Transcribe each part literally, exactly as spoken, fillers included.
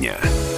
дня.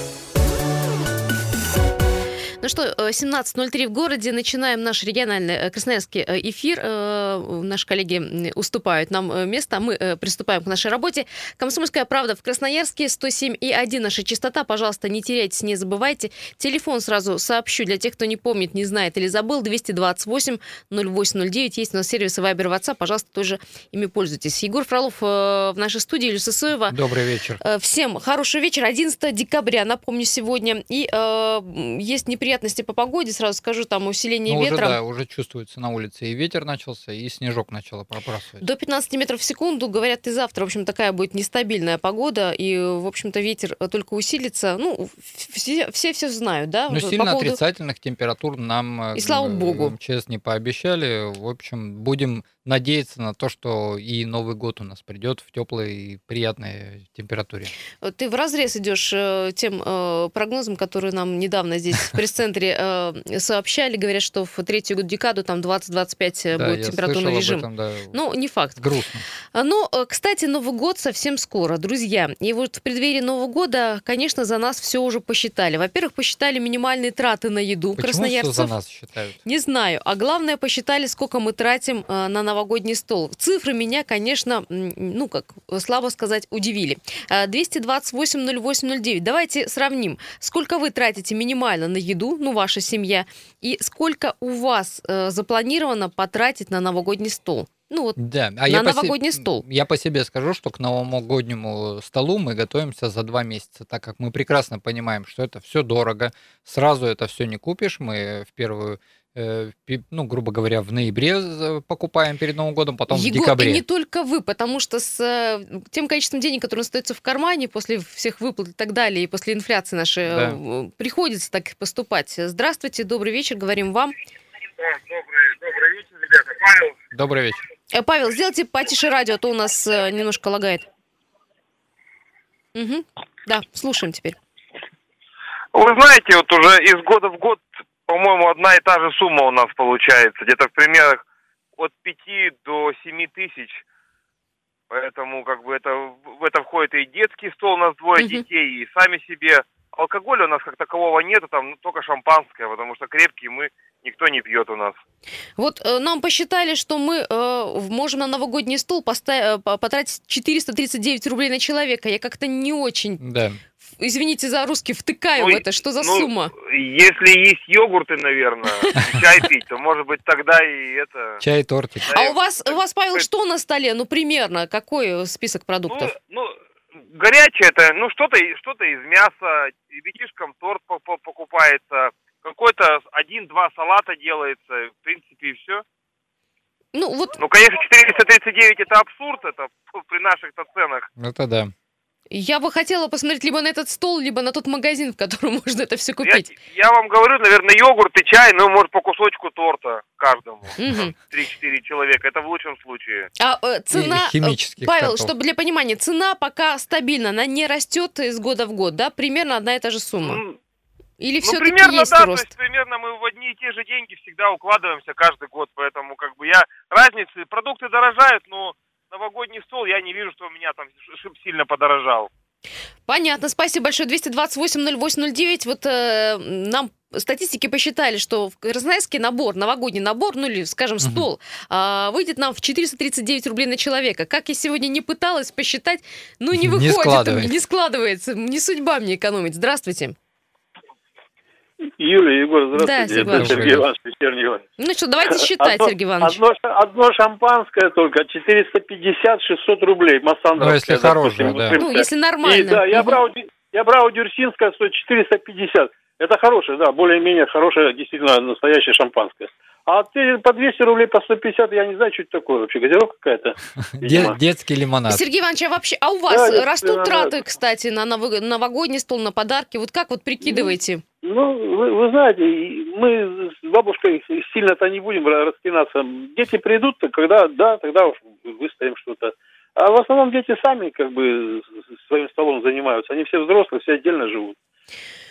Ну что, семнадцать ноль три в городе. Начинаем наш региональный красноярский эфир. Наши коллеги уступают нам место. Мы приступаем к нашей работе. «Комсомольская правда» в Красноярске. сто семь и один наша частота. Пожалуйста, не теряйтесь, не забывайте. Телефон сразу сообщу для тех, кто не помнит, не знает или забыл. двести двадцать восемь ноль восемь ноль девять. Есть у нас сервисы Вайбер, WhatsApp. Пожалуйста, тоже ими пользуйтесь. Егор Фролов в нашей студии. Илюша Сысоева. Добрый вечер. Всем хороший вечер. одиннадцатого декабря, напомню, сегодня. И э, есть неприятности по погоде, сразу скажу, там усиление ну, ветра. Уже, да, уже чувствуется на улице и ветер начался, и снежок начал пробрасывать. До пятнадцати метров в секунду, говорят, и завтра, в общем, такая будет нестабильная погода, и, в общем-то, ветер только усилится. Ну, все все, все знают, да? Но по сильно поводу... отрицательных температур нам, и слава богу, МЧС не пообещали. В общем, будем надеяться на то, что и Новый год у нас придет в теплой и приятной температуре. Ты вразрез идешь тем э, прогнозам, которые нам недавно здесь в пресс-центре э, сообщали. Говорят, что в третью декаду там двадцать-двадцать пять да, будет температурный режим. Этом, да. Ну, не факт. Грустно. Но, кстати, Новый год совсем скоро, друзья. И вот в преддверии Нового года, конечно, за нас все уже посчитали. Во-первых, посчитали минимальные траты на еду красноярцев. Почему за нас считают? Не знаю. А главное, посчитали, сколько мы тратим э, на новогодний стол. Цифры меня, конечно, ну как, слабо сказать, удивили. двести двадцать восемь ноль восемь ноль девять. Давайте сравним. Сколько вы тратите минимально на еду, ну, ваша семья, и сколько у вас э, запланировано потратить на новогодний стол? Ну вот, да. а на я новогодний по се... стол. Я по себе скажу, что к новогоднему столу мы готовимся за два месяца, так как мы прекрасно понимаем, что это все дорого. Сразу это все не купишь. Мы в первую, э, ну, грубо говоря, в ноябре покупаем перед Новым годом, потом Егор, в декабре. И не только вы, потому что с э, тем количеством денег, которое остается в кармане после всех выплат и так далее, и после инфляции нашей, да. э, приходится так поступать. Здравствуйте, добрый вечер, говорим вам. Да, добрый, добрый вечер, ребята. Павел. Добрый вечер. Павел, сделайте потише радио, а то у нас э, немножко лагает. Угу. Да, слушаем теперь. Вы знаете, вот уже из года в год, по-моему, одна и та же сумма у нас получается. Где-то в примерах от пяти до семи тысяч. Поэтому как бы это, в это входит и детский стол, у нас двое угу. детей, и сами себе. Алкоголя у нас как такового нету, там ну, только шампанское, потому что крепкие мы никто не пьет у нас. Вот э, нам посчитали, что мы э, можем на новогодний стол поставить, э, потратить четыреста тридцать девять рублей на человека. Я как-то не очень, да. извините за русский, втыкаю ну, в это. Что за ну, сумма? Если есть йогурты, наверное, чай пить, то может быть тогда и это... Чай, тортик. А у вас, у вас, Павел, что на столе? Ну, примерно, какой список продуктов? Ну, ну горячее это, ну, что-то, что-то из мяса, ребятишкам торт покупается, какой-то один-два салата делается, в принципе, и все. Ну, вот... ну, конечно, четыреста тридцать девять это абсурд, это при наших-то ценах. Это да. Я бы хотела посмотреть либо на этот стол, либо на тот магазин, в котором можно это все купить. Я, я вам говорю, наверное, йогурт и чай, ну, может, по кусочку торта каждому. Угу. три-четыре человека, это в лучшем случае. А э, цена, и химических Павел, тортов. чтобы для понимания, цена пока стабильна, она не растет из года в год, да? Примерно одна и та же сумма. Ну, Или ну, все-таки примерно, есть да, рост? То есть, примерно мы в одни и те же деньги всегда укладываемся каждый год, поэтому как бы я разницы, продукты дорожают, но новогодний стол я не вижу, что у меня там сильно подорожал. Понятно, спасибо большое. двести двадцать восемь ноль восемь ноль девять. Вот э, нам статистики посчитали, что в Красноярске набор, новогодний набор, ну или, скажем, стол, uh-huh. э, выйдет нам в четыреста тридцать девять рублей на человека. Как я сегодня не пыталась посчитать, ну не выходит, не складывается. не складывается, не судьба мне экономить. Здравствуйте. Юлия, Егор, здравствуйте. Да, это Сергей Иванович Вечернего. Ну что, давайте считать, одно, Сергей Иванович. Одно, одно шампанское только четыреста пятьдесят - шестьсот рублей. Массандровское. Ну, если хорошее, да. Ну, если нормально. И, да, я, угу. брал, я брал Дюрсинское, стоит четыреста пятьдесят. Это хорошее, да, более-менее хорошее, действительно, настоящее шампанское. А ты по двести рублей, по сто пятьдесят, я не знаю, что это такое вообще. Газировка какая-то? Дет, детский лимонад. Сергей Иванович, а вообще, а у вас да, растут лимонад. траты, кстати, на новогодний стол, на подарки? Вот как вот прикидываете? Ну, вы, вы знаете, мы с бабушкой сильно-то не будем распинаться. Дети придут, когда, да, тогда выставим что-то. А в основном дети сами как бы своим столом занимаются. Они все взрослые, все отдельно живут.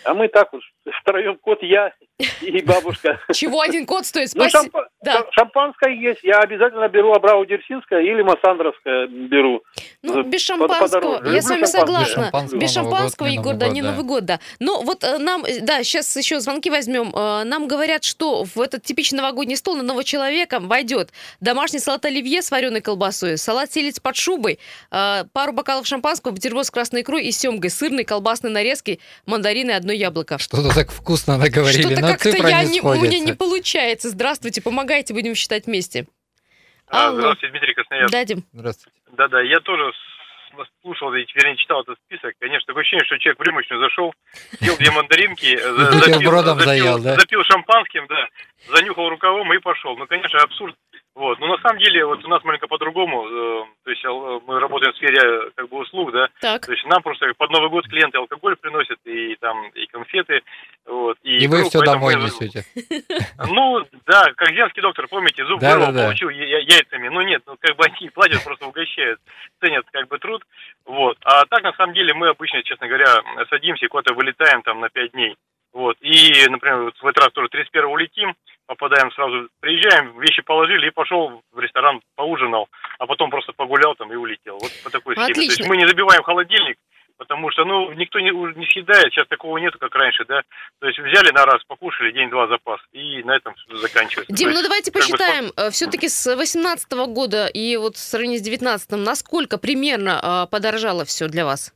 А мы так вот, втроем кот, я и бабушка. Чего один кот стоит? Ну, Спасибо. шампа- Да. шампанское есть. Я обязательно беру Абрау Дерсинское или Массандровское беру. Ну, За- без под- шампанского. подороже. Я с вами Люблю шампанское. согласна. Без шампанского Без Новый год шампанского, не Егор, Новый да, год, не да. Новый год, да. Ну, вот э, нам, э, да, сейчас еще звонки возьмем. Э, Нам говорят, что в этот типичный новогодний стол на нового человека войдет домашний салат оливье с вареной колбасой, салат селедь под шубой, э, пару бокалов шампанского, бутерброд с красной икрой и семгой, сырной, колбасной нарезки, мандарины и одно яблоко. Что-то так вкусно наговорили, Что-то но как-то цифра я не не, у меня не сходится. получается. Здравствуйте, помогайте, будем считать вместе. А, Алло. Здравствуйте, Дмитрий Красноярск. Да, Дим. Здравствуйте. Да-да, я тоже с- слушал, и вернее, читал этот список. Конечно, такое ощущение, что человек в рюмочную зашел, съел две мандаринки, за- запил, Бутербродом запил- заел, да? запил шампанским, да, занюхал рукавом и пошел. Ну, конечно, абсурд. Вот. Но на самом деле, вот у нас маленько по-другому. э, То есть ал- мы работаем в сфере как бы услуг, да. Так. То есть нам просто под Новый год клиенты алкоголь приносят, и там, и конфеты, вот. И вы икру, все поэтому домой мы- несете. Ну, да, как земский доктор, помните, зуб Да, вырвал, да, да. получил я- яйцами. Ну, нет, ну, как бы они платят, просто угощают, ценят, как бы, труд. Вот. А так, на самом деле, мы обычно, честно говоря, садимся и куда-то вылетаем там на пять дней. Вот. И, например, вот в этот раз тоже тридцать первого улетим, попадаем сразу, приезжаем, вещи положили и пошел в ресторан, поужинал, а потом просто погулял там и улетел. Вот по такой схеме. То есть Отлично. мы не забиваем холодильник, потому что, ну, никто не, уже не съедает, сейчас такого нету, как раньше, да. То есть взяли на раз, покушали, день-два запас, и на этом всё заканчивается. Дим, То ну есть, давайте как бы, посчитаем, все-таки с восемнадцатого года и вот в сравнении с девятнадцатым, насколько примерно э, подорожало все для вас?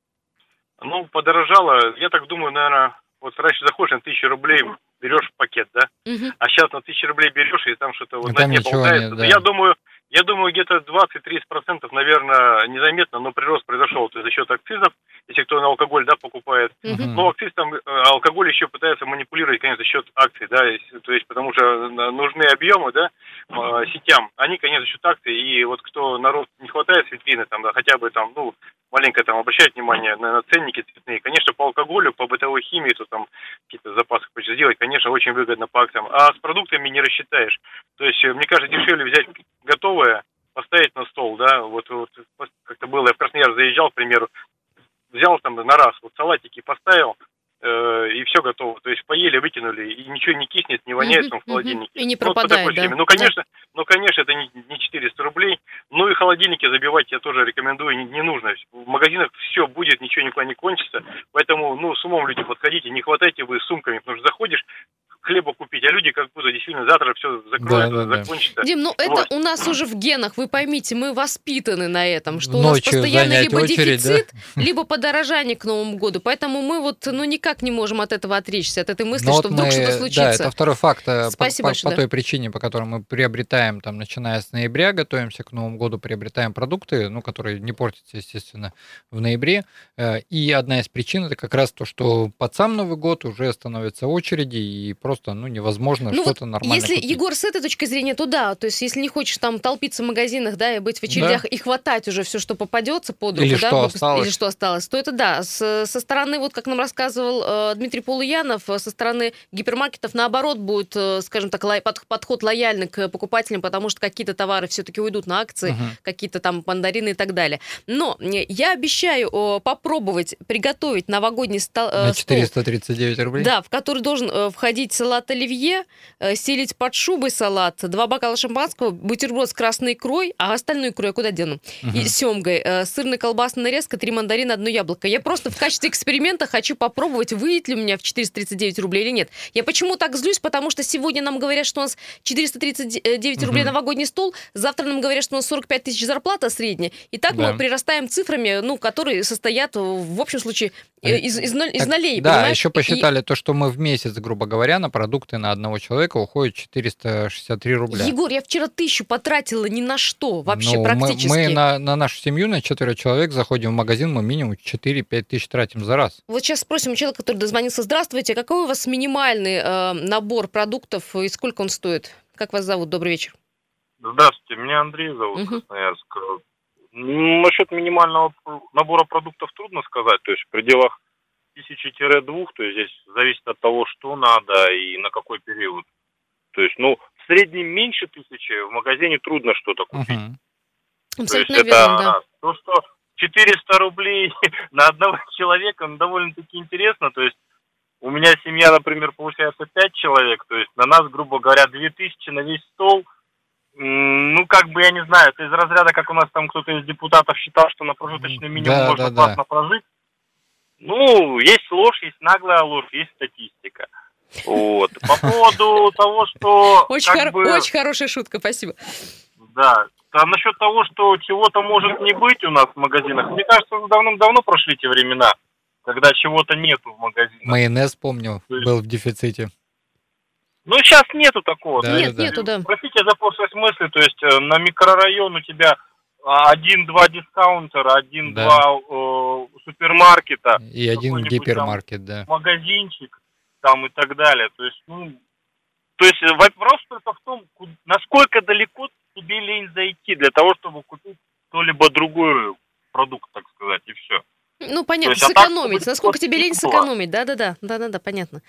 Ну, подорожало, я так думаю, наверное, вот раньше заходишь на тысячу рублей, берешь пакет, да, Мгм. а сейчас на тысячу рублей берешь, и там что-то вот И на там дне ничего болтается. нет, Ну, да. Я думаю, я думаю, где-то двадцать-тридцать процентов, наверное, незаметно, но прирост произошел. То есть за счет акцизов, если кто на алкоголь, да, покупает. Мгм. Но акциз там, э, алкоголь еще пытается манипулировать, конечно, за счет акций, да, если- то есть потому что э, нужны объемы, да, э, сетям, они, конечно, за счет акций, и вот кто народ не хватает с витрины, там, да, хотя бы там, ну, маленько там обращать внимание на, на ценники цветные. Конечно, по алкоголю, по бытовой химии, то там какие-то запасы хочешь сделать, конечно, очень выгодно по акциям. А с продуктами не рассчитаешь. То есть, э, мне кажется, дешевле взять готовое, поставить на стол, да, вот, вот как-то было, я в Красноярск заезжал, к примеру, взял там на раз, вот салатики поставил, э, и все готово. То есть поели, выкинули, и ничего не киснет, не воняет Мгм, там в мгм. холодильнике. И не Ну, вот по пропадает, такой да. схеме. Ну, конечно, ну, конечно, это не, не четыреста рублей. Ну и холодильники забивать я тоже рекомендую, не, не нужно. В магазинах все будет, ничего никуда не кончится. Поэтому, ну, с умом люди подходите, не хватайте вы сумками, потому что заходишь хлеба купить, а люди как будто действительно завтра все закроют, Да, да, да. закончится. Дим, ну это Вот. у нас уже в генах, вы поймите, мы воспитаны на этом, что у Ночью нас постоянно занять либо очередь, да? дефицит, либо подорожание к Новому году. Поэтому мы вот, ну, никак не можем от этого отречься, от этой мысли, Но что вот вдруг мы- что-то Да, случится. это второй факт. э, по- Спасибо по, большое, по да. той причине, по которой мы приобретаем, там, начиная с ноября, готовимся к Новому году, приобретаем продукты, ну, которые не портятся, естественно, в ноябре. Э, И одна из причин это как раз то, что под сам Новый год уже становятся очереди, и просто, ну, невозможно Ну что-то вот, нормально если, купить. Егор, с этой точки зрения, то да, то есть если не хочешь там толпиться в магазинах, да, и быть в очередях, и хватать уже все, что попадется под руку, Или да, что вот, осталось. или что осталось, то это да. С- со стороны, вот как нам рассказывал э, Дмитрий Полуянов, э, со стороны гипермаркетов, наоборот, будет, э, скажем так, лой- под- подход лояльный к покупателям, потому что какие-то товары все-таки уйдут на акции, Мгм. какие-то там мандарины и так далее. Но э, я обещаю э, попробовать приготовить новогодний ста- э, На стол. четыреста тридцать девять рублей? Да, в который должен э, входить салат оливье, э, селедь под шубой салат, два бокала шампанского, бутерброд с красной икрой, а остальную икру я куда дену? Мгм. И семгой, э, сырная колбасная нарезка, три мандарина, одно яблоко. Я просто в качестве эксперимента хочу попробовать, выйдет ли у меня в четыреста тридцать девять рублей или нет. Я почему так злюсь? Потому что сегодня нам говорят, что у нас четыреста тридцать девять рублей Мгм. новогодний стол, завтра нам говорят, что у нас сорок пять тысяч зарплата средняя, и так Да. мы прирастаем цифрами, ну, которые состоят, э, в общем случае, э, из, из ноль- из Так, нолей, да, понимаешь? еще И- посчитали то, что мы в месяц, грубо говоря, на продукты на одного человека уходит четыреста шестьдесят три рубля. Егор, я вчера тысячу потратила ни на что вообще Ну, мы- практически. Мы, на, на нашу семью, на четверо человек, заходим в магазин, мы минимум четыре-пять тысяч тратим за раз. Вот сейчас спросим у человека, который дозвонился. Здравствуйте, какой у вас минимальный э, набор продуктов и сколько он стоит? Как вас зовут? Добрый вечер. Здравствуйте, меня Андрей зовут, Мгм. Красноярск. М, Насчет минимального пр- набора продуктов трудно сказать, то есть в пределах тысячи-двух, то есть здесь зависит от того, что надо и на какой период. То есть, ну, в среднем меньше тысячи в магазине трудно что-то купить. Мгм. То есть Абсолютно это верно, да. раз. То, что четыреста рублей на одного человека, ну, довольно-таки интересно, то есть у меня семья, например, получается пять человек, то есть на нас, грубо говоря, две тысячи на весь стол. Ну, как бы, я не знаю, это из разряда, как у нас там кто-то из депутатов считал, что на прожиточный минимум Да, можно да, классно да. прожить. Ну, есть ложь, есть наглая ложь, есть статистика. Вот. По поводу того, что... Очень, как хор- бы, очень хорошая шутка, спасибо. да. А насчет того, что чего-то может не быть у нас в магазинах, мне кажется, уже давным-давно прошли те времена, когда чего-то нету в магазинах. Майонез, помню, То есть- был в дефиците. Ну, сейчас нету такого. Да, То есть, Нет, нету, да. Простите за пошлость мысли, то есть э, на микрорайон у тебя а, один-два дискаунтера, один-два э, супермаркета, И один какой-нибудь гипермаркет, да. магазинчик там и так далее. То есть, ну, то есть э, вопрос только в том, ку- насколько далеко тебе лень зайти для того, чтобы купить кто-либо другой продукт, так сказать, и все. Ну, понятно, есть, а так, сэкономить. чтобы Насколько вот тебе лень не было. сэкономить? Да-да-да, да-да-да, понятно.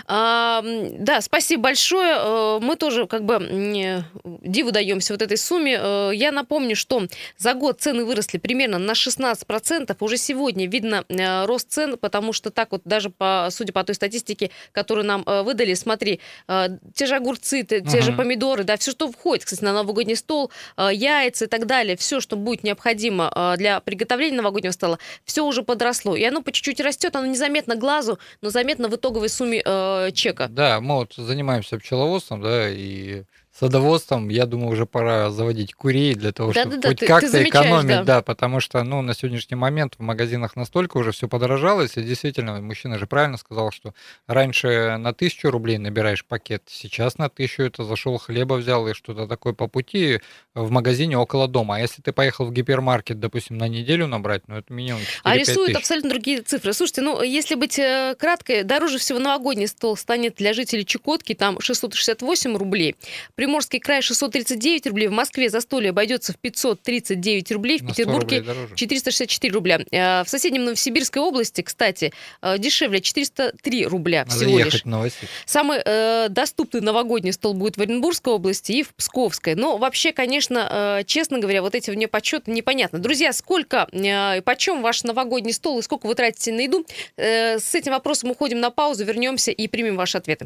А, м, да, спасибо большое. Э, Мы тоже как бы м, э, диву даемся вот этой сумме. Э, Я напомню, что за год цены выросли примерно на шестнадцать процентов. Уже сегодня видно э, рост цен, потому что так вот даже, по, судя по той статистике, которую нам э, выдали, смотри, э, те же огурцы, те, те же Мгм. помидоры, да, все, что входит, кстати, на новогодний стол, э, яйца и так далее, все, что будет необходимо э, для приготовления новогоднего стола, все уже подросло. И оно по чуть-чуть растет, оно незаметно глазу, но заметно в итоговой сумме э, чека. Да, мы вот занимаемся пчеловодством, да, и садоводством. Я думаю, уже пора заводить курей для того, чтобы Да-да-да, хоть ты- ты как-то замечаешь, экономить, да. да, потому что, ну, на сегодняшний момент в магазинах настолько уже все подорожало, если действительно, мужчина же правильно сказал, что раньше на тысячу рублей набираешь пакет, сейчас на тысячу это зашел хлеба взял и что-то такое по пути в магазине около дома. А если ты поехал в гипермаркет, допустим, на неделю набрать, ну, это минимум А четыре-пять рисуют тысяч. абсолютно другие цифры. Слушайте, ну, если быть э, краткой, дороже всего новогодний стол станет для жителей Чукотки, там шестьсот шестьдесят восемь рублей. Приморский край шестьсот тридцать девять рублей. В Москве застолье обойдется в пятьсот тридцать девять рублей. В На сто Петербурге рублей дороже. четыреста шестьдесят четыре рубля. Э, В соседнем Новосибирской области, кстати, э, дешевле четыреста три рубля Надо всего ехать лишь. в Новосибирск. Самый э, доступный новогодний стол будет в Оренбургской области и в Псковской. Но вообще, конечно, э, честно говоря, вот эти вне подсчеты непонятно. Друзья, сколько э, и почем ваш новогодний стол и сколько вы тратите на еду? Э, с этим вопросом уходим на паузу, вернемся и примем ваши ответы.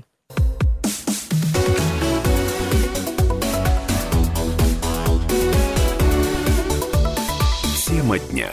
Тема дня.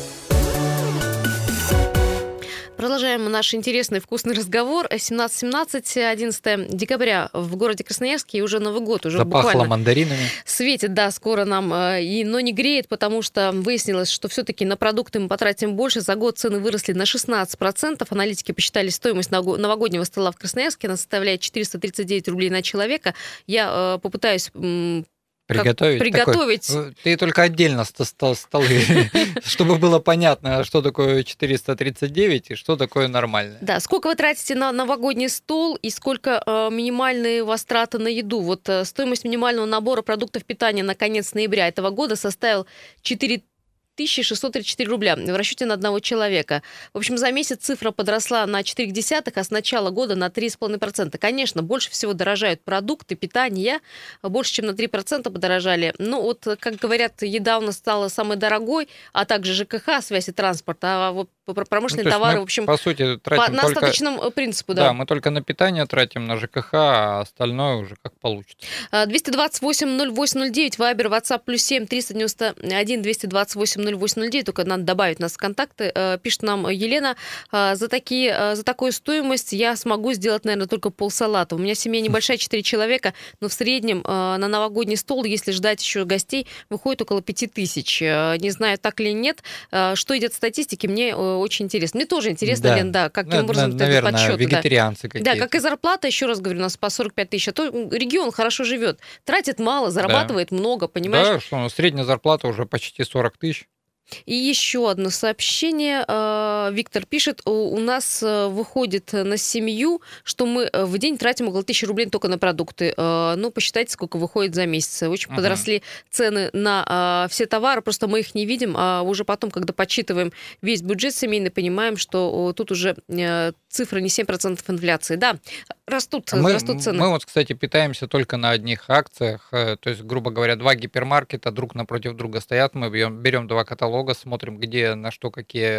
Продолжаем наш интересный вкусный разговор. семнадцать семнадцать, одиннадцатое декабря в городе Красноярске, и уже Новый год, уже Запахло буквально мандаринами. светит, да, скоро нам, э, и, но не греет, потому что выяснилось, что все-таки на продукты мы потратим больше. За год цены выросли на шестнадцать процентов. Аналитики посчитали стоимость наго- новогоднего стола в Красноярске. Она составляет четыреста тридцать девять рублей на человека. Я э, попытаюсь м, как Приготовить. приготовить. Такой, ты только отдельно ст- ст- столы, чтобы было понятно, что такое четыреста тридцать девять и что такое нормальное. Да, сколько вы тратите на новогодний стол и сколько э, минимальные у вас траты на еду? Вот э, стоимость минимального набора продуктов питания на конец ноября этого года составил четыре тысячи шестьсот тридцать четыре рубля в расчете на одного человека. В общем, за месяц цифра подросла на четыре десятых, а с начала года на три целых пять десятых процента. Конечно, больше всего дорожают продукты, питание, больше, чем на три процента подорожали. Ну, вот, как говорят, еда у нас стала самой дорогой, а также ЖКХ, связь и транспорт, а вот промышленные Ну, то есть товары, мы, в общем, по сути, по, тратим на только... остаточном э, принципу, Да, да. мы только на питание тратим, на ЖКХ, а остальное уже как получится. двести двадцать восемь ноль восемь ноль девять, Вайбер, WhatsApp, плюс семь, триста девяносто один, двести двадцать восемь ноль восемь ноль девять, только надо добавить нас в контакты. Э, Пишет нам Елена, э, за, такие, э, за такую стоимость я смогу сделать, наверное, только полсалата. У меня семья небольшая, четыре человека, но в среднем э, на новогодний стол, если ждать еще гостей, выходит около пяти тысяч. Э, Не знаю, так ли нет. Э, Что идет в статистике, мне э, очень интересно. Мне тоже интересно, Да. Лен, да, каким На- образом на- вот этот наверное, подсчет. Да. вегетарианцы Да, какие-то. как и зарплата, еще раз говорю, у нас по сорок пять тысяч. А то регион хорошо живет, тратит мало, зарабатывает много, понимаешь? Да, что ну, средняя зарплата уже почти сорок тысяч. И еще одно сообщение. Э, Виктор пишет, у у нас э, выходит на семью, что мы э, в день тратим около тысячи рублей только на продукты. Э, Ну, посчитайте, сколько выходит за месяц. Очень Мгм. подросли цены на э, все товары, просто мы их не видим, а уже потом, когда подсчитываем весь бюджет семейный, понимаем, что о, тут уже э, цифра не семь процентов инфляции. Да, растут, Мы, растут цены. мы вот, кстати, питаемся только на одних акциях. э, То есть, грубо говоря, два гипермаркета друг напротив друга стоят. Мы берем, берем два каталога, смотрим, где на что какие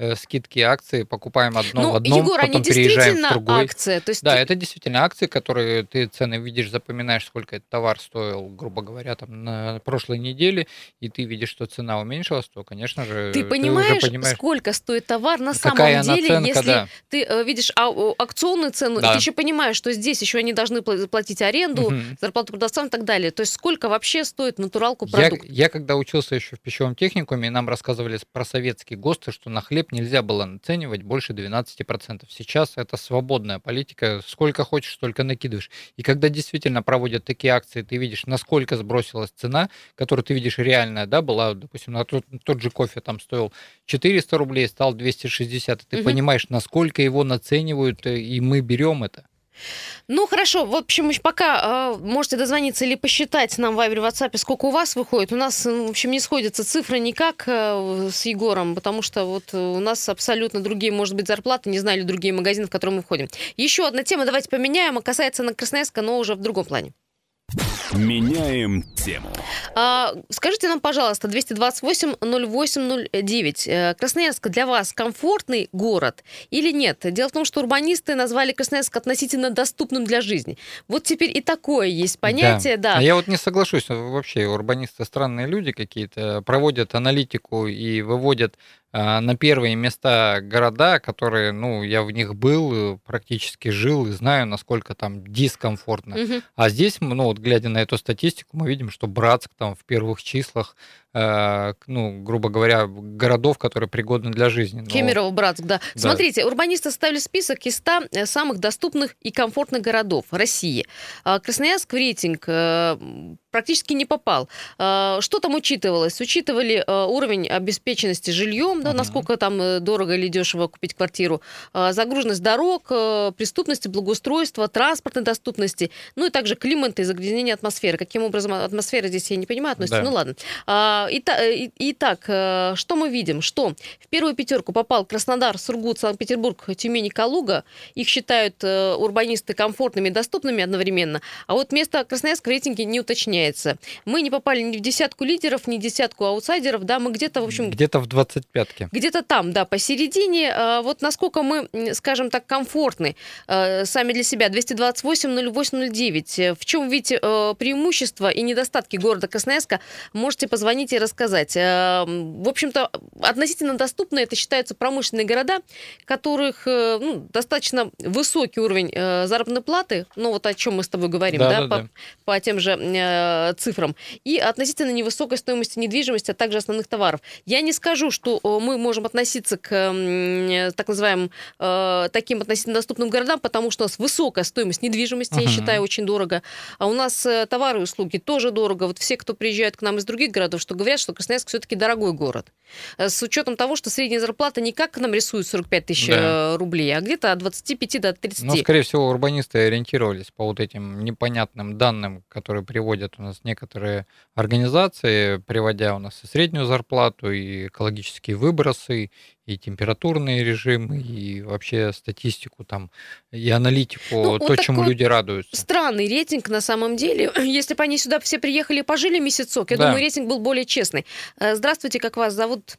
э, скидки, акции, покупаем одно в Ну, одном, Егор, они потом переезжаем в действительно другой. акция. То есть Да, это действительно акции, которые ты цены видишь, запоминаешь, сколько этот товар стоил, грубо говоря, там на прошлой неделе, и ты видишь, что цена уменьшилась, то, конечно ты же, ты уже понимаешь, понимаешь, сколько стоит товар на самом какая деле, наценка, если да. ты э, видишь ау- о, акционную цену, и ты Да. еще понимаешь, что здесь еще они должны пла- платить аренду, Мгм. зарплату продавцам и так далее. То есть сколько вообще стоит натуралку Я, продукт? я когда учился еще в пищевом техникуме, нам рассказывали про советские ГОСТы, что на хлеб нельзя было наценивать больше двенадцать процентов. Сейчас это свободная политика, сколько хочешь, столько накидываешь. И когда действительно проводят такие акции, ты видишь, насколько сбросилась цена, которую ты видишь реальная, да, была, допустим, на тот, тот же кофе там стоил четыреста рублей, стал двести шестьдесят, и ты Мгм. понимаешь, насколько его наценивают, э, и мы берем это. Ну, хорошо. В общем, ещё пока э, можете дозвониться или посчитать нам в Вайбере, в WhatsApp, сколько у вас выходит. У нас, э, в общем, не сходятся цифры никак э, с Егором, потому что вот э, у нас абсолютно другие, может быть, зарплаты, не знаю, или другие магазины, в которые мы входим. Еще одна тема, давайте поменяем, а касается на Красноярска, но уже в другом плане. Меняем тему. А, скажите нам, пожалуйста, двести двадцать восемь ноль восемь ноль девять. Э, Красноярск для вас комфортный город или нет? Дело в том, что урбанисты назвали Красноярск относительно доступным для жизни. Вот теперь и такое есть понятие, да. А я вот не соглашусь. Вообще урбанисты странные люди какие-то, проводят аналитику и выводят а, на первые места города, которые, ну, я в них был, практически жил и знаю, насколько там дискомфортно. Мгм. А здесь, ну, вот глядя на эту статистику, мы видим, что Братск там в первых числах, э, ну, грубо говоря, городов, которые пригодны для жизни. Но- Кемерово, Братск, да. Да. Смотрите, урбанисты составили список из ста э, самых доступных и комфортных городов России. А, Красноярск в рейтинг э, м, практически не попал. А, Что там учитывалось? Учитывали э, уровень обеспеченности жильем, да, Мгм. насколько там э, дорого или дешево купить квартиру, а, загруженность дорог, э, преступности, благоустройства, транспортной доступности, ну и также климата и загрязнения атмосферы. Каким образом атмосфера здесь, я не понимаю, относится. Да. Ну ладно. А, ита- и- Итак, э, что мы видим? Что в первую пятерку попал Краснодар, Сургут, Санкт-Петербург, Тюмень и Калуга. Их считают э, урбанисты комфортными и доступными одновременно. А вот место Красноярска в рейтинге не уточняется. Мы не попали ни в десятку лидеров, ни в десятку аутсайдеров. Да, мы где-то, в общем, Где-то в двадцать пятке. где-то там, да, посередине. А, Вот насколько мы, м, скажем так, комфортны э, сами для себя. двести двадцать восемь ноль восемь ноль девять. Э, В чем видите э, преимущества и недостатки города Красноярска, можете позвонить и рассказать. Э, м, В общем-то, относительно доступны это считаются промышленные города, которых э, ну, достаточно высокий уровень э, заработной платы, ну вот о чем мы с тобой говорим, Да, да, да, по, да. по тем же э, цифрам, и относительно невысокой стоимости недвижимости, а также основных товаров. Я не скажу, что э, мы можем относиться к м, так называемым э, таким относительно доступным городам, потому что у нас высокая стоимость недвижимости, я Мгм. считаю, очень дорого. А у нас э, товары и услуги тоже дорого. Вот все, кто приезжают к нам из других городов, что говорят, что Красноярск все-таки дорогой город. Э, С учетом того, что средняя зарплата не как нам рисуют сорок пять тысяч Да. э, рублей, а где-то от двадцати пяти до тридцати. Ну, скорее всего, урбанисты ориентировались по вот этим непонятным данным, которые приводят у нас некоторые организации, приводя у нас и среднюю зарплату, и экологические выбросы, и температурные режимы, и вообще статистику там, и аналитику, Ну, вот то, чему такой люди радуются. Странный рейтинг на самом деле. Если бы они сюда все приехали и пожили месяцок, я Да. думаю, рейтинг был более честный. Э, Здравствуйте, как вас зовут?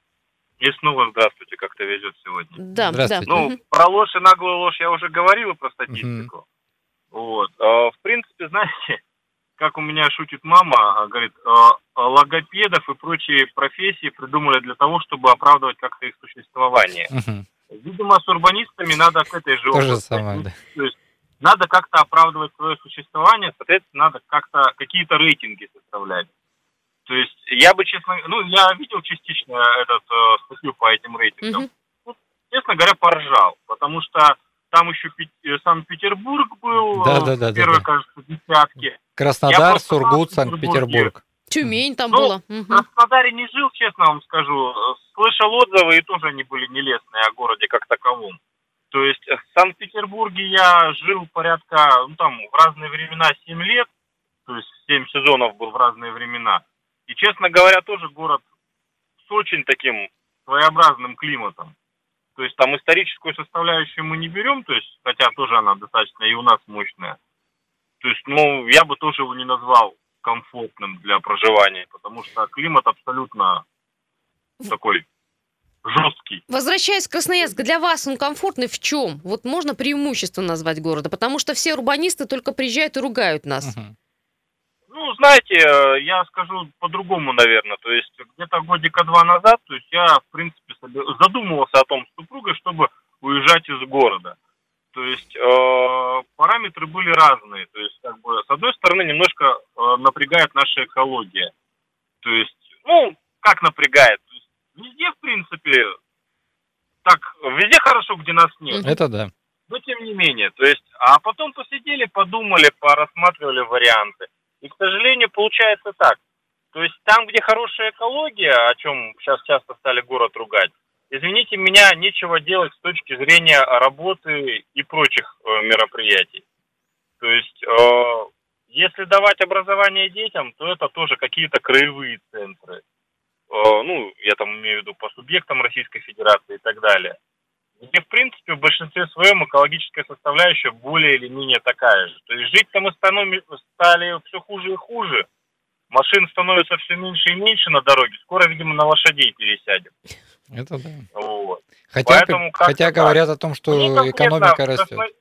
И снова здравствуйте, как-то везет сегодня. Да, Здравствуйте. да. Ну, Мгм. про ложь и наглую ложь я уже говорил, и про статистику. Вот. А, в принципе, знаете, как у меня шутит мама, а, говорит, а, а, логопедов и прочие профессии придумали для того, чтобы оправдывать как-то их существование. Мгм. Видимо, с урбанистами надо к этой же То же области самое, да. отнестись. То есть надо как-то оправдывать свое существование, соответственно, надо как-то какие-то рейтинги составлять. То есть я бы, честно, ну, я видел частично этот э, статью по этим рейтингам. Мгм. Ну, честно говоря, поржал, потому что там еще Пет- э, Санкт-Петербург был, Да, э, да, да, да, первые, да. кажется, десятки. Я Краснодар, просто Сургут, в Петербурге. Санкт-Петербург. Тюмень там Ну, была. В Мгм. Краснодаре не жил, честно вам скажу. Слышал отзывы, и тоже они были нелестные о городе как таковом. То есть э, в Санкт-Петербурге я жил порядка, ну там, в разные времена семь лет, то есть семь сезонов был в разные времена. И, честно говоря, тоже город с очень таким своеобразным климатом. То есть там историческую составляющую мы не берем, то есть, хотя тоже она достаточно и у нас мощная. То есть, ну, я бы тоже его не назвал комфортным для проживания, потому что климат абсолютно такой жесткий. Возвращаясь в Красноярск, для вас он комфортный в чем? Вот можно преимущество назвать города? Потому что все урбанисты только приезжают и ругают нас. Мгм. Ну, знаете, э, я скажу по-другому, наверное. То есть где-то годика два назад, то есть я, в принципе, себе задумывался о том с супругой, чтобы уезжать из города. То есть э, параметры были разные. То есть, как бы, с одной стороны, немножко э, напрягает наша экология. То есть, ну, как напрягает? То есть, везде, в принципе, так, везде хорошо, где нас нет. Это да. Но тем не менее, то есть, а потом посидели, подумали, порассматривали варианты. И, к сожалению, получается так. То есть там, где хорошая экология, о чем сейчас часто стали город ругать, извините меня, нечего делать с точки зрения работы и прочих э, мероприятий. То есть, э, если давать образование детям, то это тоже какие-то краевые центры. Э, ну, я там имею в виду по субъектам Российской Федерации и так далее. Где, в принципе, в большинстве своем экологическая составляющая более или менее такая же. То есть жить там мы стали все хуже и хуже. Машин становится все меньше и меньше на дороге. Скоро, видимо, на лошадей пересядем. Это да. Вот. Хотя, Поэтому как-то хотя так. говорят о том, что Мне конкретно экономика в растет. Красно-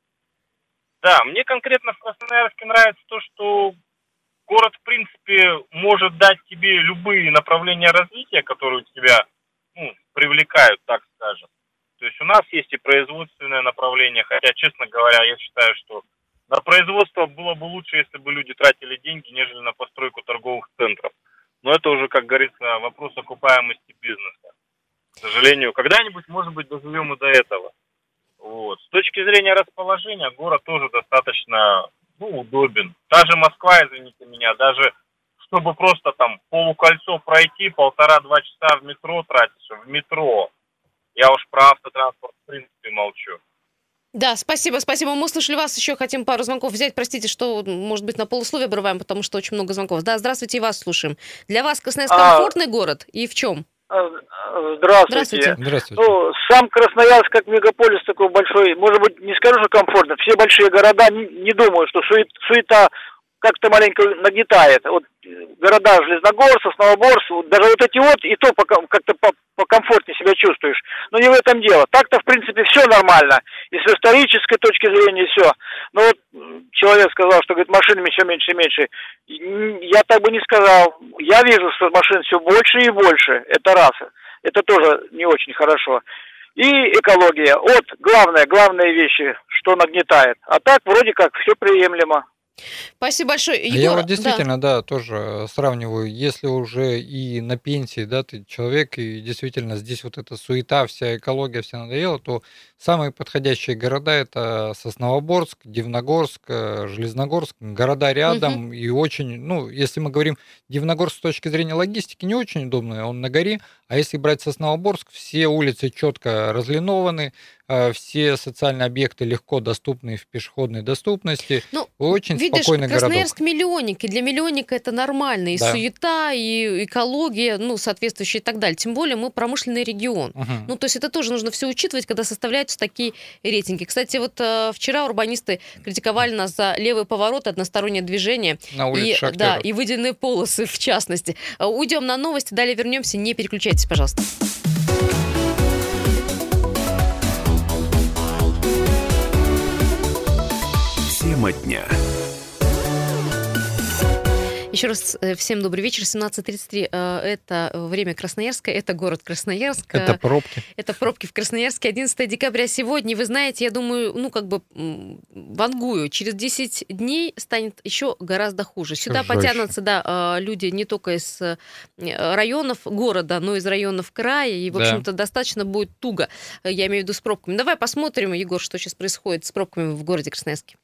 Да, мне конкретно в Красноярске нравится то, что город, в принципе, может дать тебе любые направления развития, которые тебя, ну, привлекают, так скажем. То есть у нас есть и производственное направление, хотя, честно говоря, я считаю, что на производство было бы лучше, если бы люди тратили деньги, нежели на постройку торговых центров. Но это уже, как говорится, вопрос окупаемости бизнеса. К сожалению, когда-нибудь, может быть, доживем и до этого. Вот. С точки зрения расположения, город тоже достаточно, ну, удобен. Даже Москва, извините меня, даже чтобы просто там полукольцо пройти, полтора-два часа в метро тратишь, в метро. Я уж про автотранспорт, в принципе, молчу. Да, спасибо, спасибо. Мы услышали вас, еще хотим пару звонков взять. Простите, что, может быть, на полусловие обрываем, потому что очень много звонков. Да, здравствуйте, и вас слушаем. Для вас Красноярск А, комфортный город и в чем? а, Здравствуйте. Здравствуйте. Здравствуйте. Ну, сам Красноярск как мегаполис такой большой, может быть, не скажу, что комфортно. Все большие города, не, не думаю, что сует, суета как-то маленько нагнетает. Вот города Железногорск, Сосновоборск, вот даже вот эти вот, и то пока, как-то по, покомфортнее себя чувствуешь. Но не в этом дело. Так-то, в принципе, все нормально. И с исторической точки зрения все. Но вот человек сказал, что, говорит, машинами все меньше и меньше. Я так бы не сказал. Я вижу, что машин все больше и больше. Это раз. Это тоже не очень хорошо. И экология. Вот главное, главные вещи, что нагнетает. А так вроде как все приемлемо. Спасибо большое. А я вот действительно, да. да, тоже сравниваю, если уже и на пенсии, да, ты человек, и действительно здесь вот эта суета, вся экология, вся надоела, то самые подходящие города — это Сосновоборск, Дивногорск, Железногорск, города рядом, угу. И очень, ну, если мы говорим, Дивногорск с точки зрения логистики не очень удобный, он на горе, а если брать Сосновоборск, все улицы четко разлинованы, все социальные объекты легко доступны в пешеходной доступности. Ну, очень видишь, спокойный городок. Красноярск миллионник, и для миллионника это нормально, и да. суета, и экология, ну, соответствующая и так далее. Тем более мы промышленный регион. Угу. Ну, то есть это тоже нужно все учитывать, когда составляются такие рейтинги. Кстати, вот э, вчера урбанисты критиковали нас за левый поворот, одностороннее движение. На улице и, Шахтеров. Да, и выделенные полосы, в частности. Уйдем на новости, далее вернемся, не переключайтесь, пожалуйста. Тема дня. Еще раз всем добрый вечер. семнадцать тридцать три. Это время Красноярска, это город Красноярск. Это пробки. Это пробки в Красноярске. одиннадцатое декабря сегодня. Вы знаете, я думаю, ну как бы вангую. Через десять дней станет еще гораздо хуже. Сюда Жестче. потянутся, да, люди не только из районов города, но и из районов края. И, в общем-то, да. достаточно будет туго. Я имею в виду с пробками. Давай посмотрим, Егор, что сейчас происходит с пробками в городе Красноярске.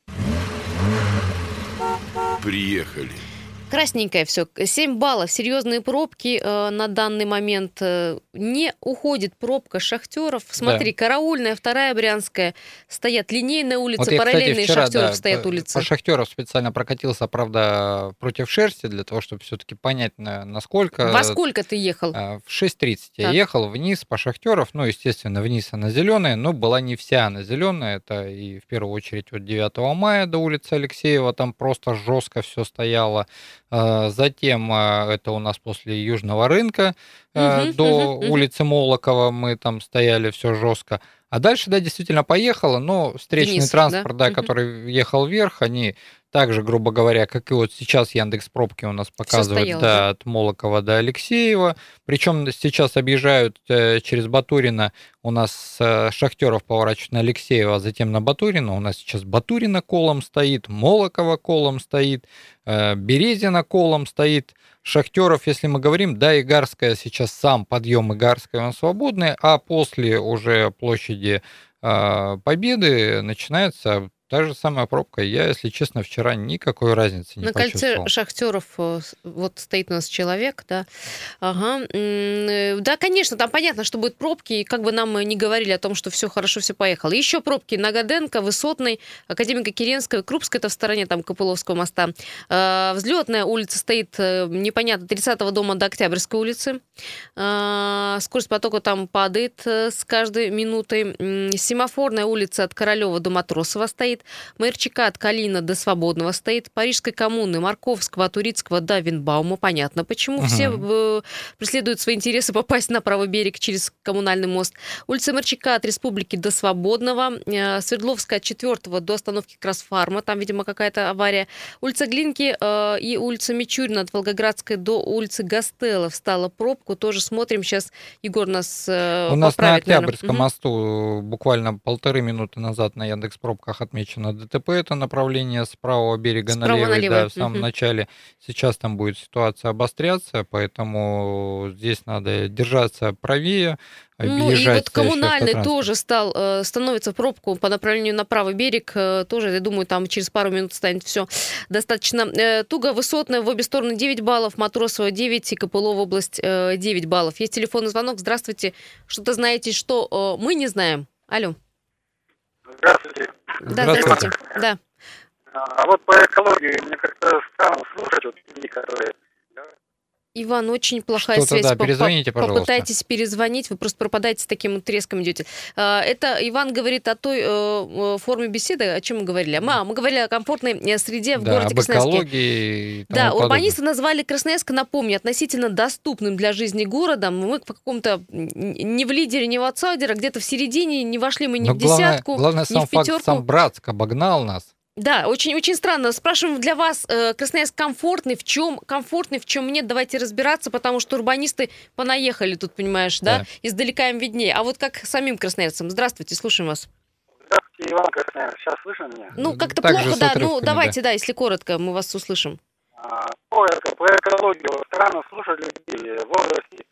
Приехали. Красненькое все. семь баллов. Серьезные пробки э, на данный момент. Э, не уходит пробка Шахтеров. Смотри, да. Караульная, вторая Брянская. Стоят линейная улица, вот параллельные вчера, Шахтеров да, стоят по, улицы. По Шахтеров специально прокатился, правда, против Шерсти, для того, чтобы все-таки понять, на, насколько... Во сколько ты ехал? В шесть тридцать я ехал вниз по Шахтеров. Ну, естественно, вниз она зеленая, но была не вся она зеленая. Это и в первую очередь от девятого мая до улицы Алексеева. Там просто жестко все стояло. А, Затем а, это у нас после Южного рынка а, Мгм, до мгм, мгм. улицы Молокова мы там стояли, все жестко. А дальше, да, действительно поехало, но встречный Вниз, да? транспорт, да, Мгм. который ехал вверх, они также, грубо говоря, как и вот сейчас Яндекс Пробки у нас Все показывают, стояло, да? да, от Молокова до Алексеева. Причем сейчас объезжают э, через Батурина, у нас с Шахтеров поворачивают на Алексеева, а затем на Батурина. У нас сейчас Батурина колом стоит, Молокова колом стоит, э, Березина колом стоит. Шахтеров, если мы говорим, да, Игарская сейчас сам подъем Игарская, он свободный, а после уже площади а, Победы начинается та же самая пробка. Я, если честно, вчера никакой разницы не На кольце почувствовал. Шахтеров э, с- вот стоит у нас человек, да. Ага. М, э, Да, конечно, там понятно, что будут пробки, и как бы нам э, не говорили о том, что все хорошо, все поехало. Еще пробки на Годенко, Высотной, Академика Керенского, Крупская, это в стороне там Копыловского моста. Э, Взлетная улица стоит, э, непонятно, тридцатого дома до Октябрьской улицы. Э, Скорость потока там падает э, с каждой минутой. М, Семафорная улица от Королева до Матросова стоит. Мэрчика от Калина до Свободного стоит. Парижской коммуны, Марковского, от Турицкого до Винбаума. Понятно, почему. Все Мгм. э, преследуют свои интересы попасть на правый берег через коммунальный мост. Улица Мэрчика от Республики до Свободного. Э, Свердловская от четвертого до остановки Красфарма. Там, видимо, какая-то авария. Улица Глинки э, и улица Мичурина от Волгоградской до улицы Гастелло встала пробку. Тоже смотрим. Сейчас Егор нас э, У нас на поправит, наверное. Октябрьском Мгм. мосту буквально полторы минуты назад на Яндекс.Пробках отмечено ДТП. Это направление с правого берега на Справа левый, налево. да, в самом Мгм. начале. Сейчас там будет ситуация обостряться, поэтому здесь надо держаться правее, Ну и объезжать вот стоящий коммунальный автотранспорт. тоже стал, э, становится в пробку по направлению на правый берег. э, Тоже, я думаю, там через пару минут станет все достаточно э, туго. Высотная в обе стороны девять баллов, Матросова девять и Копылова область э, девять баллов. Есть телефонный звонок. Здравствуйте. Что-то знаете, что э, мы не знаем? Алло. Здравствуйте. Да, Здравствуйте. здравствуйте. Да. А вот по экологии мне как-то странно слушать вот людей, которые... Иван, очень плохая Что-то, связь. да, По- по- перезвоните, пожалуйста. Попытайтесь перезвонить, вы просто пропадаете с таким вот треском идете. А, Это Иван говорит о той э, э, форме беседы, о чем мы говорили. А, Мы, мы говорили о комфортной э, среде в Да, городе об Красноярске. экологии и тому Да, подобное. урбанисты назвали Красноярск, напомню, относительно доступным для жизни городом. Мы по какому-то м, не в лидере, не в аутсайдере, а где-то в середине, не вошли мы ни Но в главное, десятку, главное ни сам в факт, пятерку. сам Братск обогнал нас. Да, очень, очень странно. Спрашиваем для вас, э, Красноярск комфортный, в чем комфортный, в чем нет. Давайте разбираться, потому что урбанисты понаехали тут, понимаешь, да? Да. Издалека им виднее. А вот как самим красноярцам? Здравствуйте, слушаем вас. Здравствуйте, Иван Красноярск. Сейчас слышно меня? Ну, как-то Так же плохо, с да. отрывками, Ну, да. давайте, да, если коротко, мы вас услышим. А, По, эко- по экологии вот странно слушать людей в области.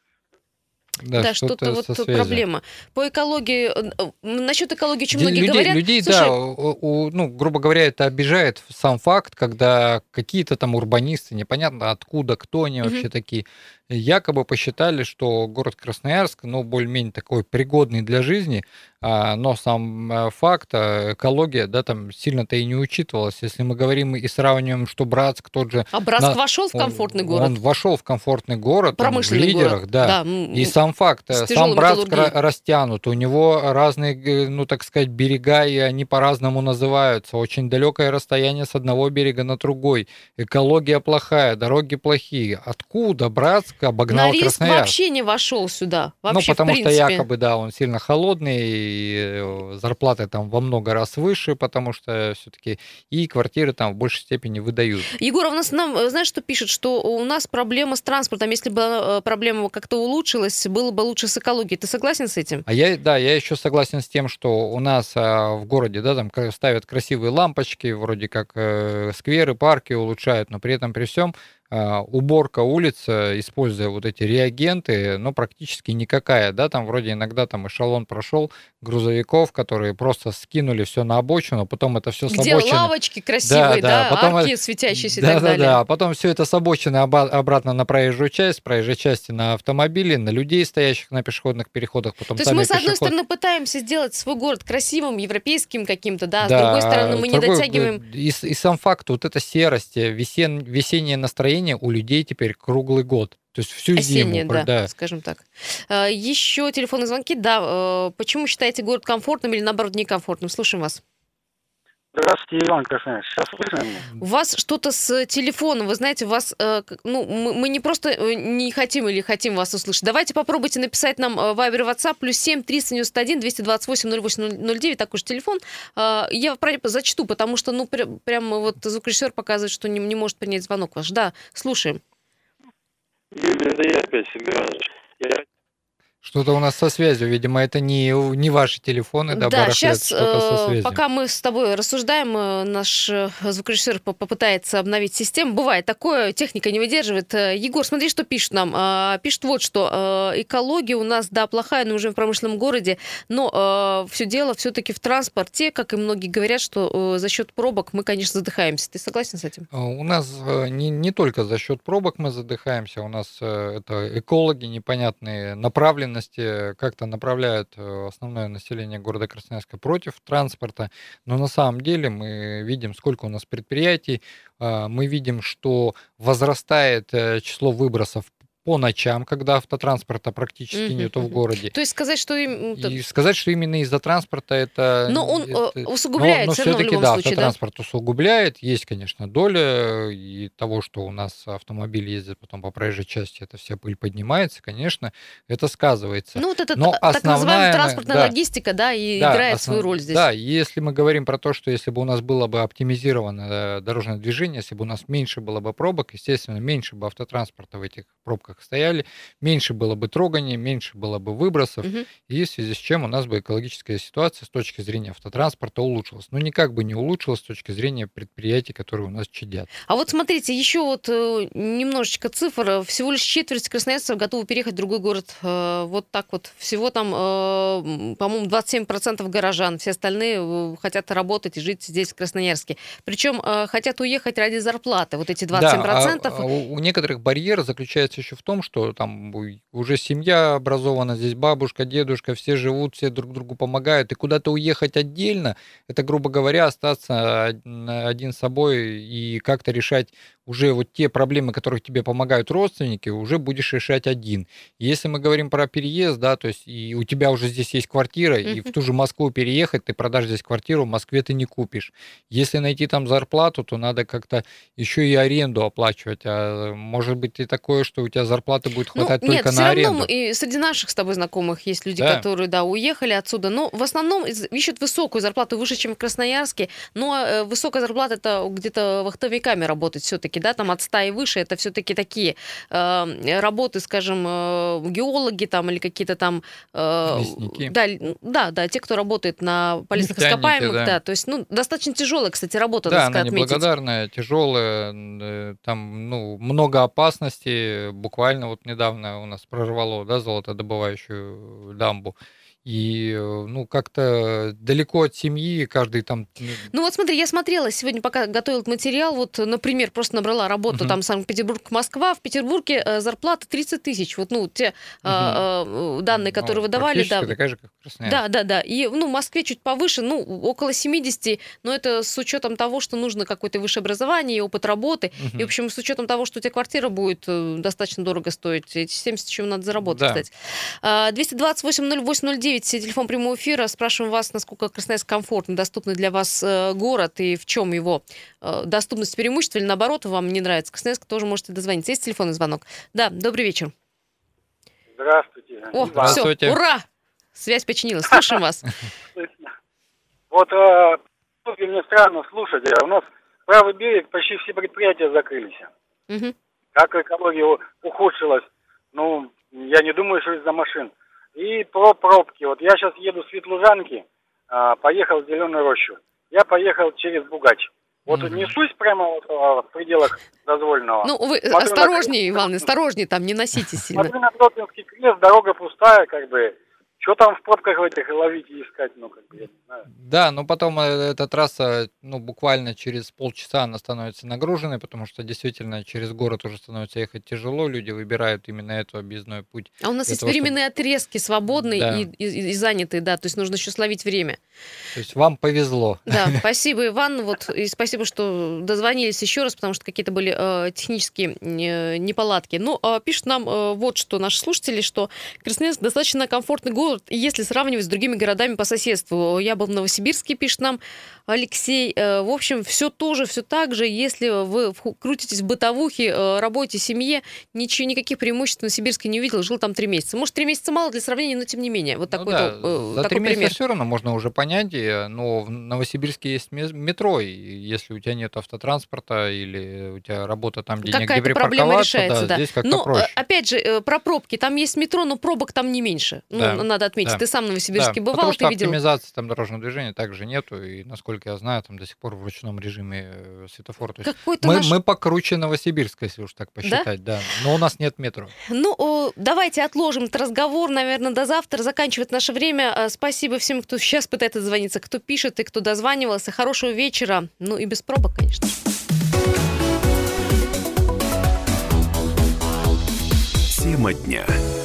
Да, Да, что-то, что-то вот со связью. проблема. По экологии, э, э, насчет экологии очень Де- многие людей, говорят. людей, Слушай, да, у- у- ну, грубо говоря, это обижает сам факт, когда какие-то там урбанисты, непонятно откуда, кто они Мгм. вообще такие, якобы посчитали, что город Красноярск, ну, более-менее такой пригодный для жизни, а, но сам э, факт, а, экология, да, там сильно-то и не учитывалась. Если мы говорим и сравниваем, что Братск тот же... а Братск на- вошел в он- комфортный город? Он вошел в комфортный город, там, в Промышленный лидерах, город. да. м, И м, сам факт, с э, тяжелой сам Братск металлургией. ра- растянут, у него разные, г- ну, так сказать, берега, и они по-разному называются. Очень далекое расстояние с одного берега на другой. Экология плохая, дороги плохие. Откуда Братск обогнал Норильск Красноярск? вообще не вошел сюда. Ну, Вообще, потому в что принципе. якобы, да, он сильно холодный, и э, зарплаты там во много раз выше, потому что все-таки и квартиры там в большей степени выдают. Егор, у нас нам, э, знаешь, что пишет? Что у нас проблема с транспортом. Если бы э, проблема как-то улучшилась, было бы лучше с экологией. Ты согласен с этим? А я, да, я еще согласен с тем, что у нас а, в городе, да, там кра- ставят красивые лампочки, вроде как э, скверы, парки улучшают, но при этом при всем а, уборка улиц, э, используя вот эти реагенты, ну, практически никакая, да, там вроде иногда там эшелон прошел грузовиков, которые просто скинули все на обочину, потом это все с Где обочины. лавочки красивые, Да, да, да, потом арки это- светящиеся и Да, так да, далее. да. А потом все это с обочины оба- обратно на проезжую часть, с проезжей части на автомобили, на людей, стоящих на пешеходных переходах, потом То есть сами мы, с одной пешеходы. стороны, пытаемся сделать свой город красивым, европейским каким-то, да, а с Да, другой стороны, мы не другой, дотягиваем. э, И, с- и сам факт, вот эта серость, э, весен- весеннее настроение у людей теперь круглый год. То есть всю Осеннее, зиму. да, да. скажем так. А, Еще телефонные звонки. Да, э, почему считаете город комфортным или, наоборот, некомфортным? Слушаем вас. Здравствуйте, Иван Красноярск. Сейчас слышно? У вас что-то с телефоном, вы знаете, вас, э, к- ну, мы, мы не просто э, не хотим или хотим вас услышать. Давайте попробуйте написать нам э, Viber и WhatsApp плюс семь триста девяносто один двести двадцать восемь ноль восемь ноль девять, такой же телефон. Э, я про- зачту, потому что, ну, прям, прям вот звукорежиссер показывает, что не, не может принять звонок ваш. Да, слушаем. Юрий, это я опять Семенович. Я Что-то у нас со связью, видимо, это не, у- не ваши телефоны, да, Да, барахлят, сейчас, что-то со связью. пока мы с тобой рассуждаем, э, наш э, звукорежиссер по- попытается обновить систему. Бывает такое, техника не выдерживает. Э, Егор, смотри, что пишет нам. А, Пишет вот что. э, Экология у нас, да, плохая, но уже в промышленном городе, но все дело все-таки в транспорте, как и многие говорят, что э, за счет пробок мы, конечно, задыхаемся. Ты согласен с этим? А У нас э, не, не только за счет пробок мы задыхаемся, у нас э, это экологи, непонятные направленности, как-то направляют э, основное население города Красноярска против транспорта, но на самом деле мы видим, сколько у нас предприятий, а, мы видим, что возрастает э, число выбросов по ночам, когда автотранспорта практически Мгм, нету в мгм. городе. То есть сказать, что им... т- И сказать, что именно из-за транспорта это... Но он э, это- усугубляет но все равно в все-таки, любом да, случае, да? автотранспорт усугубляет. Есть, конечно, доля и того, что у нас автомобили ездят потом по проезжей части, это вся пыль поднимается, конечно, это сказывается. Ну, вот это Но та- так называемая основная, транспортная да, логистика, да, и да, играет основ- свою роль здесь. Да, и если мы говорим про то, что если бы у нас было бы оптимизировано э, дорожное движение, если бы у нас меньше было бы пробок, естественно, меньше бы автотранспорта в этих пробках стояли, меньше было бы троганий, меньше было бы выбросов, Мгм. и в связи с чем у нас бы экологическая ситуация с точки зрения автотранспорта улучшилась. Но никак бы не улучшилась с точки зрения предприятий, которые у нас чадят. А вот смотрите, еще вот э, немножечко цифр. Всего лишь четверть красноярцев готовы переехать в другой город. Э, Вот так вот. Всего там, э, м, по-моему, двадцать семь процентов горожан. Все остальные э, хотят работать и жить здесь, в Красноярске. Причем э, хотят уехать ради зарплаты. Вот эти двадцать семь Да, а, процентов. а у у некоторых барьер заключается еще в том, что там у- уже семья образована, здесь бабушка, дедушка, все живут, все друг другу помогают, и куда-то уехать отдельно, это, грубо говоря, остаться один один собой и как-то решать уже вот те проблемы, которых тебе помогают родственники, уже будешь решать один. Если мы говорим про переезд, да, то есть и у тебя уже здесь есть квартира, и в Мгм. ту же Москву переехать, ты продашь здесь квартиру, в Москве ты не купишь. Если найти там зарплату, то надо как-то еще и аренду оплачивать. А может быть и такое, что у тебя зарплаты будет Ну, хватать нет, только все на равно аренду. мы- и среди наших с тобой знакомых есть люди, Да. которые, да, уехали отсюда, но в основном из- ищут высокую зарплату, выше, чем в Красноярске, но э, высокая зарплата это где-то вахтовиками работать все-таки, да, там от ста и выше, это все-таки такие э, работы, скажем, э, геологи там или какие-то там... э, Лесники. Да, л- да, да, те, кто работает на полезных Нефтяники, ископаемых, да. да. То есть, ну, достаточно тяжелая, кстати, работа, Да, надо она отметить. неблагодарная, тяжелая, э, там, ну, много опасностей. Буквально вот недавно у нас прорвало, да, золотодобывающую дамбу. И, э, ну, как-то далеко от семьи, каждый там... ну, Ну вот смотри, я смотрела сегодня, пока готовила этот материал, вот, например, просто набрала работу Мгм. там Санкт-Петербург-Москва, в Петербурге э, зарплата тридцать тысяч, вот, ну, те а, а, данные, которые ну, выдавали, да. практически такая же, как в Красноярске. Да, да, да. И, ну, в Москве чуть повыше, ну, около семидесяти, но это с учетом того, что нужно какое-то высшее образование и опыт работы. Мгм. И, в общем, с учетом того, что у тебя квартира будет э, достаточно дорого стоить, эти семьдесят еще надо заработать, Да. кстати. А, двести двадцать восемь ноль восемь ноль девять, телефон прямого эфира. Спрашиваем вас, насколько Красноярск комфортный, доступный для вас э, город и в чем его э, доступность, преимущество или наоборот, вам не нравится Красноярск, тоже можете дозвониться. Есть телефонный звонок? Да, добрый вечер. Здравствуйте. О, Иван. все, Здравствуйте. ура! Связь починилась. Слушаем вас. Слышно. Вот э, тут мне странно слушать. а У нас правый берег, почти все предприятия закрылись. Мгм. Как экология у- ухудшилась, ну, я не думаю, что из-за машин. И про пробки. Вот я сейчас еду с Светлужанки, а, поехал в Зеленую Рощу. Я поехал через Бугач. Вот Мгм. несусь прямо вот, а, в пределах дозволенного. Ну, вы Смотрю на осторожнее, крест. Иван, осторожнее, там не носите сильно. Смотрю на Тропинский крест, дорога пустая, как бы. Что там в пробках в этих ловить и искать, ну, как бы, я не знаю. Да, но потом э, эта трасса, ну, буквально через полчаса она становится нагруженной, потому что действительно через город уже становится ехать тяжело, люди выбирают именно эту объездной путь. А у нас для есть того, чтобы- временные отрезки, свободные Да. и, и- и занятые, да, то есть нужно еще словить время. То есть вам повезло. Да, спасибо, Иван, вот, и спасибо, что дозвонились еще раз, потому что какие-то были э, технические э, неполадки. Ну, э, пишут нам э, вот что наши слушатели, что Красноярск достаточно комфортный город, транспорт, если сравнивать с другими городами по соседству. Я был в Новосибирске, пишет нам Алексей. В общем, все тоже, все так же. Если вы крутитесь в бытовухе, работе, семье, ничего, никаких преимуществ в Новосибирске не увидел, жил там три месяца. Может, три месяца мало для сравнения, но тем не менее. Вот Ну такой, да, то, за такой три месяца пример. все равно можно уже понять, и, но в Новосибирске есть ме- метро, и если у тебя нет автотранспорта или у тебя работа там, где негде Какая-то проблема припарковаться, решается, да. здесь как-то Но, проще. э, опять же, э, про пробки. Там есть метро, но пробок там не меньше. Ну, Да, надо отметить. да. Ты сам в Новосибирске Да, бывал, потому ты что видел. оптимизации там дорожного движения также нету, и, насколько я знаю, там до сих пор в ручном режиме э, светофор. То есть Какой-то мы, наш... мы покруче Новосибирска, если уж так посчитать, да? Но у нас нет метро. Ну, о, давайте отложим этот разговор, наверное, до завтра. Заканчивает наше время. А, Спасибо всем, кто сейчас пытается дозвониться, кто пишет и кто дозванивался. Хорошего вечера. Ну и без пробок, конечно. Тема дня.